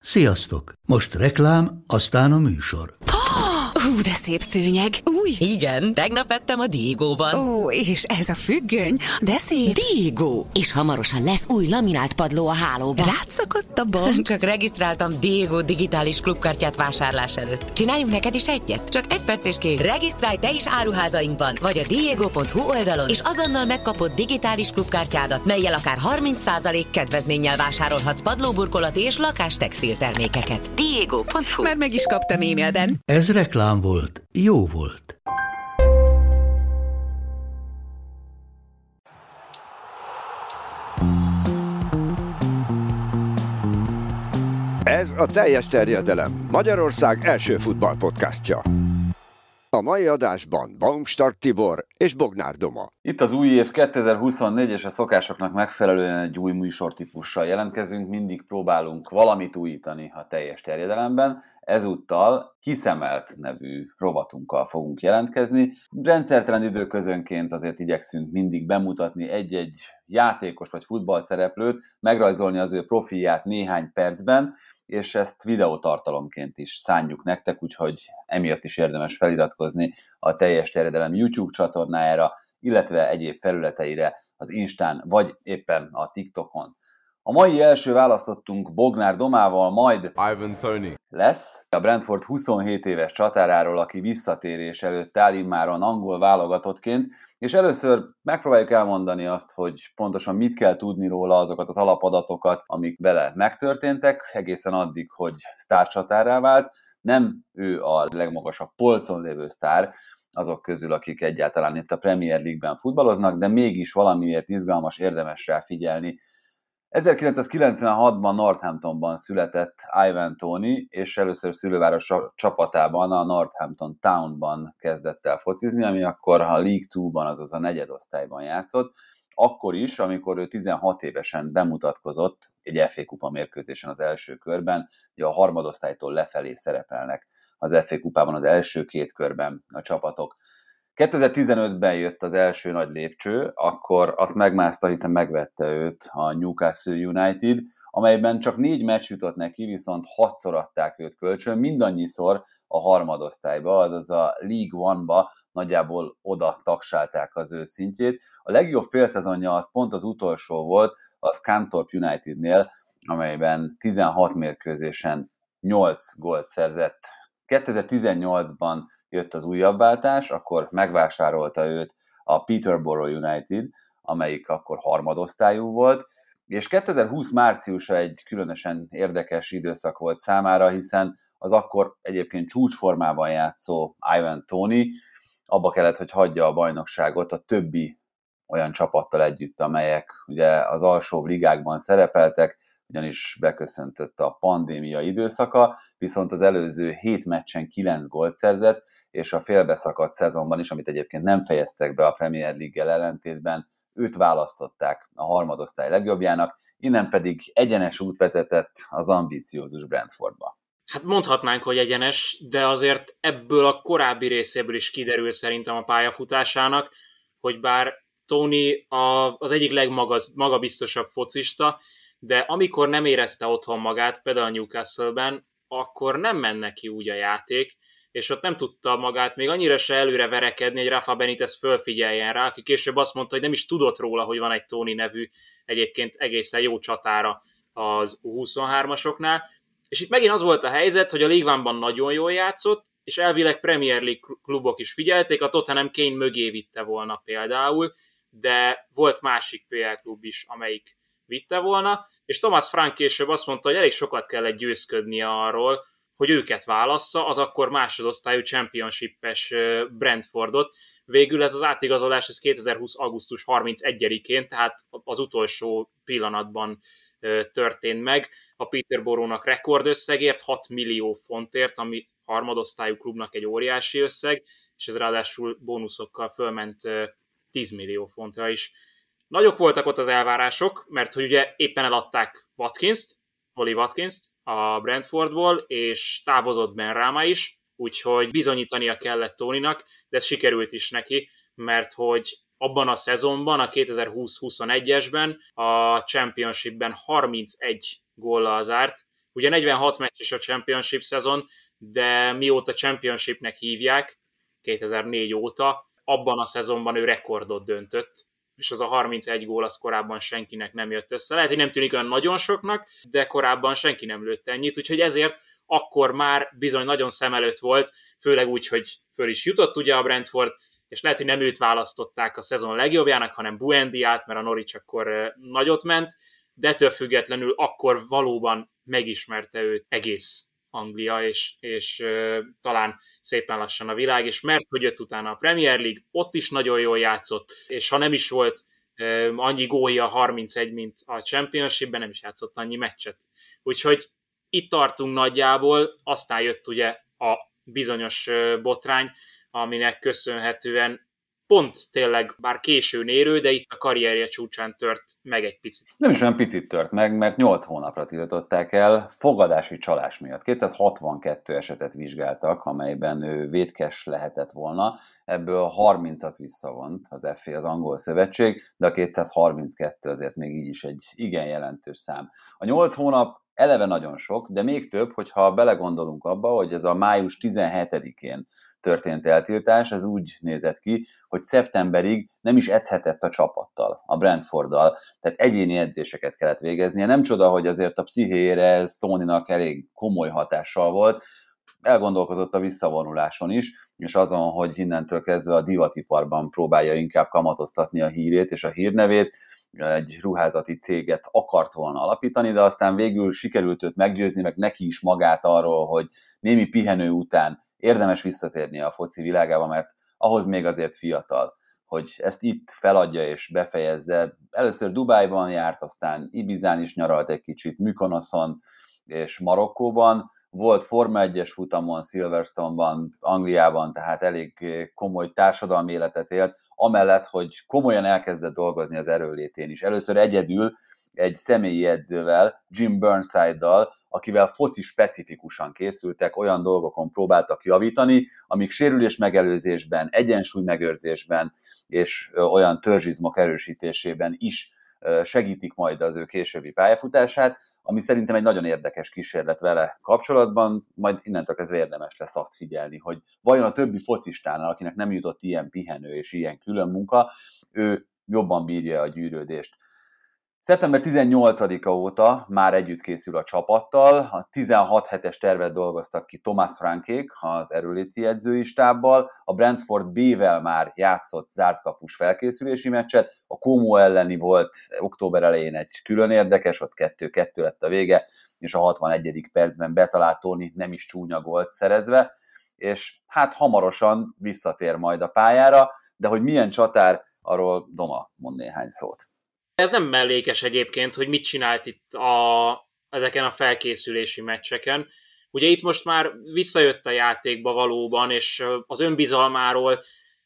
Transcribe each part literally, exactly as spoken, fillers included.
Sziasztok! Most reklám, aztán a műsor. Hú, de szép szőnyeg! Új! Igen, tegnap vettem a Diegóban. Ó, és ez a függöny, de szép! Diegó! És hamarosan lesz új laminált padló a hálóban. Rátszakadt a bank. Csak regisztráltam Diegó digitális klubkártyát vásárlás előtt. Csináljunk neked is egyet? Csak egy perc és kész. Regisztrálj te is áruházainkban, vagy a diegó pont hu oldalon, és azonnal megkapod digitális klubkártyádat, mellyel akár harminc százalék kedvezménnyel vásárolhatsz padlóburkolati és lakástextil termékeket. diegó pont hu. Már meg is kaptam e-mailben. Ez reklám volt, jó volt. Ez a Teljes Terjedelem, Magyarország első futballpodcastja. A mai adásban Baumstark Tibor és Bognár Doma. Itt az új év kétezer-huszonnégy, és a szokásoknak megfelelően egy új műsortípussal jelentkezünk, mindig próbálunk valamit újítani a Teljes Terjedelemben. Ezúttal Kiszemelt nevű rovatunkkal fogunk jelentkezni. Rendszertelen időközönként azért igyekszünk mindig bemutatni egy-egy játékos vagy futballszereplőt, megrajzolni az ő profilját néhány percben, és ezt videótartalomként is szánjuk nektek, úgyhogy emiatt is érdemes feliratkozni a Teljes Terjedelem YouTube csatornájára, illetve egyéb felületeire az Instán, vagy éppen a TikTokon. A mai első választottunk Bognár Domával, majd Ivan Toney lesz a Brentford huszonhét éves csatáráról, aki visszatérés előtt áll immáron angol válogatottként, és először megpróbáljuk elmondani azt, hogy pontosan mit kell tudni róla, azokat az alapadatokat, amik vele megtörténtek, egészen addig, hogy sztárcsatárrá vált. Nem ő a legmagasabb polcon lévő sztár azok közül, akik egyáltalán itt a Premier League-ben futballoznak, de mégis valamiért izgalmas, érdemes rá figyelni. ezerkilencszázkilencvenhatban Northamptonban született Ivan Toney, és először szülőváros csapatában, a Northampton Townban kezdett el focizni, ami akkor a League kettőben, azaz a negyedosztályban játszott, akkor is, amikor ő tizenhat évesen bemutatkozott egy ef á kupa mérkőzésen az első körben, ugye a harmadosztálytól lefelé szerepelnek az ef á kupában az első két körben a csapatok. kétezer-tizenötben jött az első nagy lépcső, akkor azt megmászta, hiszen megvette őt a Newcastle United, amelyben csak négy meccs jutott neki, viszont hatszor adták őt kölcsön, mindannyiszor a harmadosztályba, azaz a League One-ba nagyjából oda tagsálták az ő szintjét. A legjobb félszezonja az pont az utolsó volt, a Scunthorpe Unitednél, amelyben tizenhat mérkőzésen nyolc gólt szerzett. kétezer-tizennyolcban jött az újabb váltás, akkor megvásárolta őt a Peterborough United, amelyik akkor harmadosztályú volt, és kétezer-húsz márciusa egy különösen érdekes időszak volt számára, hiszen az akkor egyébként csúcsformában játszó Ivan Toney abba kellett, hogy hagyja a bajnokságot a többi olyan csapattal együtt, amelyek ugye az alsóbb ligákban szerepeltek, ugyanis beköszöntött a pandémia időszaka, viszont az előző hét meccsen kilenc gólt szerzett, és a félbeszakadt szezonban is, amit egyébként nem fejeztek be a Premier League-gel ellentétben, őt választották a harmadosztály legjobbjának, innen pedig egyenes út vezetett az ambiciózus Brentfordba. Hát mondhatnánk, hogy egyenes, de azért ebből a korábbi részéből is kiderül szerintem a pályafutásának, hogy bár Toney a, az egyik legmagabiztosabb focista, de amikor nem érezte otthon magát, például a Newcastle-ben, akkor nem ment neki úgy a játék, és ott nem tudta magát még annyira se előre verekedni, hogy Rafa Benitez fölfigyeljen rá, aki később azt mondta, hogy nem is tudott róla, hogy van egy Toney nevű egyébként egészen jó csatára az u huszonhármasoknál. És itt megint az volt a helyzet, hogy a League One-ban nagyon jól játszott, és elvileg Premier League klubok is figyelték, a Tottenham Kane mögé vitte volna például, de volt másik pé el klub is, amelyik vitte volna, és Thomas Frank később azt mondta, hogy elég sokat kellett győzködnie arról, hogy őket válassza, az akkor másodosztályú championship-es Brentfordot. Végül ez az átigazolás ez kétezer-húsz. augusztus harmincegyedikén, tehát az utolsó pillanatban történt meg. A Peterborough-nak rekordösszegért, hat millió fontért, ami harmadosztályú klubnak egy óriási összeg, és ez ráadásul bónuszokkal fölment tíz millió fontra is. Nagyok voltak ott az elvárások, mert hogy ugye éppen eladták Watkinst, Oli Watkinst a Brentfordból, és távozott Benrahma is, úgyhogy bizonyítania kellett Toneynak, de ez sikerült is neki, mert hogy abban a szezonban, a kétezer-húsz huszonegyesben a Championshipben harmincegy góllal zárt, Ugye negyvenhat meccses a Championship szezon, de mióta Championshipnek hívják, kétezer-négy óta, abban a szezonban ő rekordot döntött, és az a harmincegy gól az korábban senkinek nem jött össze. Lehet, hogy nem tűnik olyan nagyon soknak, de korábban senki nem lőtt ennyit, úgyhogy ezért akkor már bizony nagyon szem előtt volt, főleg úgy, hogy föl is jutott ugye a Brentford, és lehet, hogy nem őt választották a szezon legjobbjának, hanem Buendiát, mert a Norwich akkor nagyot ment, de ettől függetlenül akkor valóban megismerte őt egész Anglia, és, és uh, talán szépen lassan a világ, és mert hogy jött utána a Premier League, ott is nagyon jól játszott, és ha nem is volt uh, annyi gólja harmincegy, mint a Championshipben, nem is játszott annyi meccset. Úgyhogy itt tartunk nagyjából, aztán jött ugye a bizonyos uh, botrány, aminek köszönhetően pont tényleg, bár későn érő, de itt a karrierje csúcsán tört meg egy picit. Nem is olyan picit tört meg, mert nyolc hónapra tiltották el fogadási csalás miatt. kétszázhatvankettő esetet vizsgáltak, amelyben ő vétkes lehetett volna, ebből harmincat visszavont az ef á, az angol szövetség, de a kétszázharminckettő azért még így is egy igen jelentős szám. A nyolc hónap eleve nagyon sok, de még több, hogyha belegondolunk abba, hogy ez a május tizenhetedikén történt eltiltás, ez úgy nézett ki, hogy szeptemberig nem is edzhetett a csapattal, a Brentforddal, tehát egyéni edzéseket kellett végeznie. Nem csoda, hogy azért a pszichéjére ez Tonynak elég komoly hatással volt, elgondolkozott a visszavonuláson is, és azon, hogy innentől kezdve a divatiparban próbálja inkább kamatoztatni a hírét és a hírnevét, egy ruházati céget akart volna alapítani, de aztán végül sikerült őt meggyőzni, meg neki is magát arról, hogy némi pihenő után érdemes visszatérnie a foci világába, mert ahhoz még azért fiatal, hogy ezt itt feladja és befejezze. Először Dubájban járt, aztán Ibizán is nyaralt egy kicsit, Mykonoszon és Marokkóban, volt Forma egyes futamon, Silverstone-ban, Angliában, tehát elég komoly társadalmi életet élt, amellett, hogy komolyan elkezdett dolgozni az erőnlétén is. Először egyedül egy személyi edzővel, Jim Burnside-dal, akivel foci specifikusan készültek, olyan dolgokon próbáltak javítani, amik sérülés megelőzésben, egyensúly megőrzésben és olyan törzsizmok erősítésében is segítik majd az ő későbbi pályafutását, ami szerintem egy nagyon érdekes kísérlet vele kapcsolatban, majd innentől kezdve érdemes lesz azt figyelni, hogy vajon a többi focistánál, akinek nem jutott ilyen pihenő és ilyen külön munka, ő jobban bírja a gyűrődést. szeptember tizennyolcadika óta már együtt készül a csapattal, a tizenhat hetes tervet dolgoztak ki Thomas Frankék az erőléti edzői stábbal, a Brentford B-vel már játszott zártkapus felkészülési meccset, a Como elleni volt október elején egy külön érdekes, ott kettő-kettő lett a vége, és a hatvanegyedik percben betalált Tony nem is csúnya gólt szerezve, és hát hamarosan visszatér majd a pályára, de hogy milyen csatár, arról Doma mond néhány szót. Ez nem mellékes egyébként, hogy mit csinált itt a, ezeken a felkészülési meccseken. Ugye itt most már visszajött a játékba valóban, és az önbizalmáról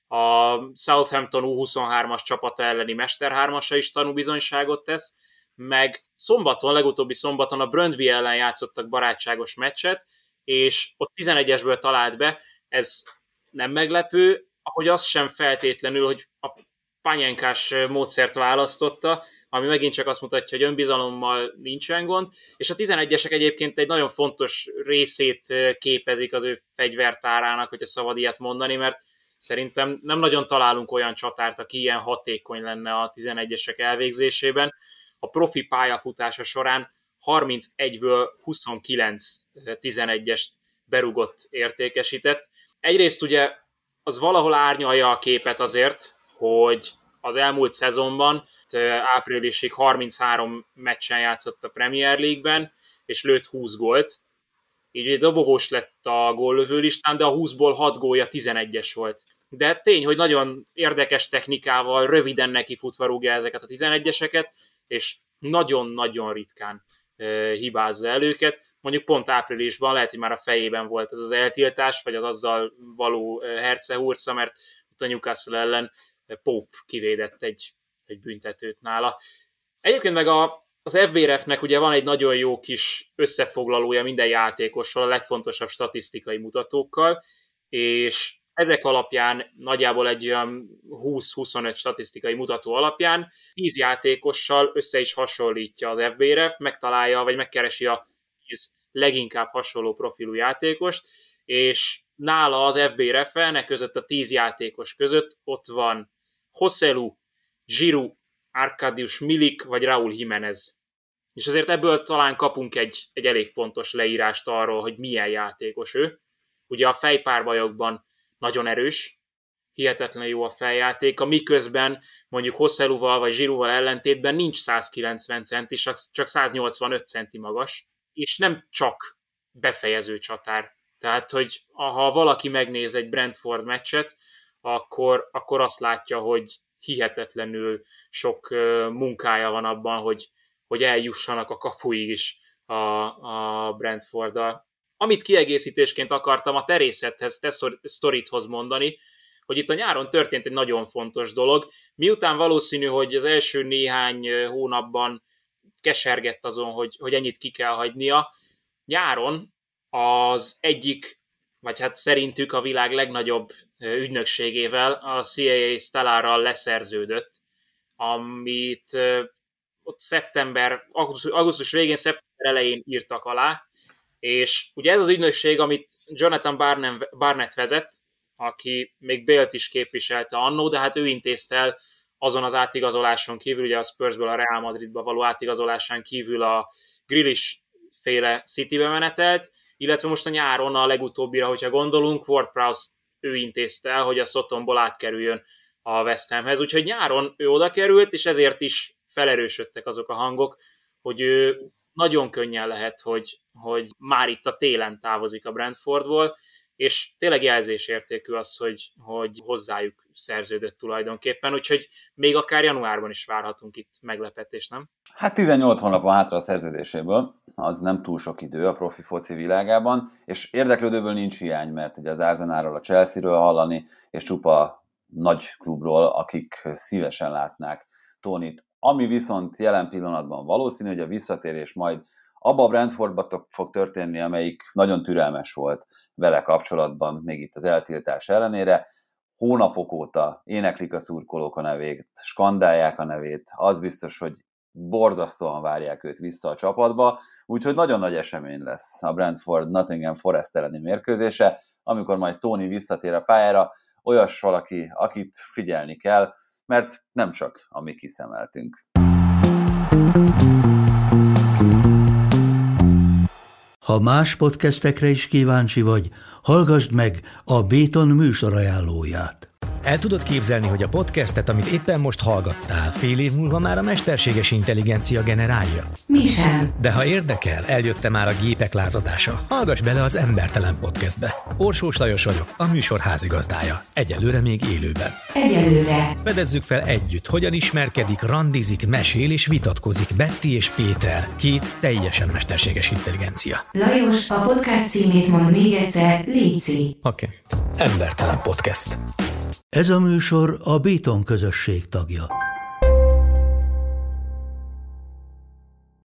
a Southampton U huszonhármas csapata elleni mesterhármasa is tanúbizonyságot tesz, meg szombaton, legutóbbi szombaton a Brøndby ellen játszottak barátságos meccset, és ott tizenegyesből talált be, ez nem meglepő, ahogy az sem feltétlenül, hogy a pányenkás módszert választotta, ami megint csak azt mutatja, hogy önbizalommal nincsen gond, és a tizenegyesek egyébként egy nagyon fontos részét képezik az ő fegyvertárának, hogyha szabad ilyet mondani, mert szerintem nem nagyon találunk olyan csatárt, aki ilyen hatékony lenne a tizenegyesek elvégzésében. A profi pályafutása során harmincegyből huszonkilenc tizenegyest berugott, értékesített. Egyrészt ugye az valahol árnyalja a képet azért, hogy az elmúlt szezonban áprilisig harminchárom meccsen játszott a Premier League-ben, és lőtt húsz gólt. Így dobogós lett a góllövő listán, de a húszból hat gólja tizenegyes volt. De tény, hogy nagyon érdekes technikával, röviden nekifutva rúgja ezeket a tizenegyeseket, és nagyon-nagyon ritkán e, hibázza el őket. Mondjuk pont áprilisban lehet, hogy már a fejében volt ez az eltiltás, vagy az azzal való hercehurca, mert ott a Newcastle ellen Pope kivédett egy, egy büntetőt nála. Egyébként meg a, az ef bé er ef-nek ugye van egy nagyon jó kis összefoglalója minden játékossal, a legfontosabb statisztikai mutatókkal, és ezek alapján nagyjából egy olyan húsz-huszonöt statisztikai mutató alapján tíz játékossal össze is hasonlítja az ef bé er ef, megtalálja, vagy megkeresi a tíz leginkább hasonló profilú játékost, és nála az ef bé Refe, között a tíz játékos között ott van Joselu, Giroud, Arkadiusz Milik vagy Raúl Jiménez. És azért ebből talán kapunk egy, egy elég pontos leírást arról, hogy milyen játékos ő. Ugye a fejpárbajokban nagyon erős, hihetetlen jó a fejjátéka, miközben mondjuk Joseluval vagy Giroudval ellentétben nincs száz kilencven centi, csak száz nyolcvanöt centi magas, és nem csak befejező csatár. Tehát, hogy ha valaki megnéz egy Brentford meccset, akkor, akkor azt látja, hogy hihetetlenül sok munkája van abban, hogy, hogy eljussanak a kapuig is a, a Brentforddal. Amit kiegészítésként akartam a terészethez, te sztorithoz mondani, hogy itt a nyáron történt egy nagyon fontos dolog. Miután valószínű, hogy az első néhány hónapban kesergett azon, hogy, hogy ennyit ki kell hagynia, nyáron az egyik, vagy hát szerintük a világ legnagyobb ügynökségével, a cé á á Stellarral leszerződött, amit ott szeptember, augusztus végén, szeptember elején írtak alá, és ugye ez az ügynökség, amit Jonathan Barnett vezet, aki még Bale-t is képviselte annó, de hát ő intézte el azon az átigazoláson kívül, ugye a Spursből a Real Madridba való átigazolásán kívül a Grealish féle Citybe menetelt, illetve most a nyáron a legutóbbira, hogyha gondolunk, Ward-Prowse ő intézte el, hogy a Sotonból átkerüljön a West Hamhez. Úgyhogy nyáron ő oda került, és ezért is felerősödtek azok a hangok, hogy ő nagyon könnyen lehet, hogy, hogy már itt a télen távozik a Brentfordból, és tényleg jelzésértékű az, hogy, hogy hozzájuk szerződött tulajdonképpen, úgyhogy még akár januárban is várhatunk itt meglepetést, nem? Hát tizennyolc hónap van hátra a szerződéséből, az nem túl sok idő a profi foci világában, és érdeklődőből nincs hiány, mert ugye az Arsenalról, a Chelsea-ről hallani, és csupa nagy klubról, akik szívesen látnák Tonit. Ami viszont jelen pillanatban valószínű, hogy a visszatérés majd abba a Brentfordba fog történni, amelyik nagyon türelmes volt vele kapcsolatban, még itt az eltiltás ellenére. Hónapok óta éneklik a szurkolók a nevét, skandálják a nevét, az biztos, hogy borzasztóan várják őt vissza a csapatba, úgyhogy nagyon nagy esemény lesz a Brentford Nottingham Forest elleni mérkőzése, amikor majd Tony visszatér a pályára, olyas valaki, akit figyelni kell, mert nem csak a mi kiszemeltünk. Ha más podcastekre is kíváncsi vagy, hallgassd meg a Béton műsor ajánlóját. El tudod képzelni, hogy a podcastet, amit éppen most hallgattál, fél év múlva már a mesterséges intelligencia generálja? Mi sem. De ha érdekel, eljött már a gépek lázadása. Hallgass bele az Embertelen podcastbe. Orsós Lajos vagyok, a műsor házigazdája. Egyelőre még élőben. Egyelőre. Fedezzük fel együtt, hogyan ismerkedik, randizik, mesél és vitatkozik Betty és Péter, két teljesen mesterséges intelligencia. Lajos, a podcast címét mond még egyszer, léci. Oké. Okay. Embertelen podcast. Ez a műsor a Béton közösség tagja.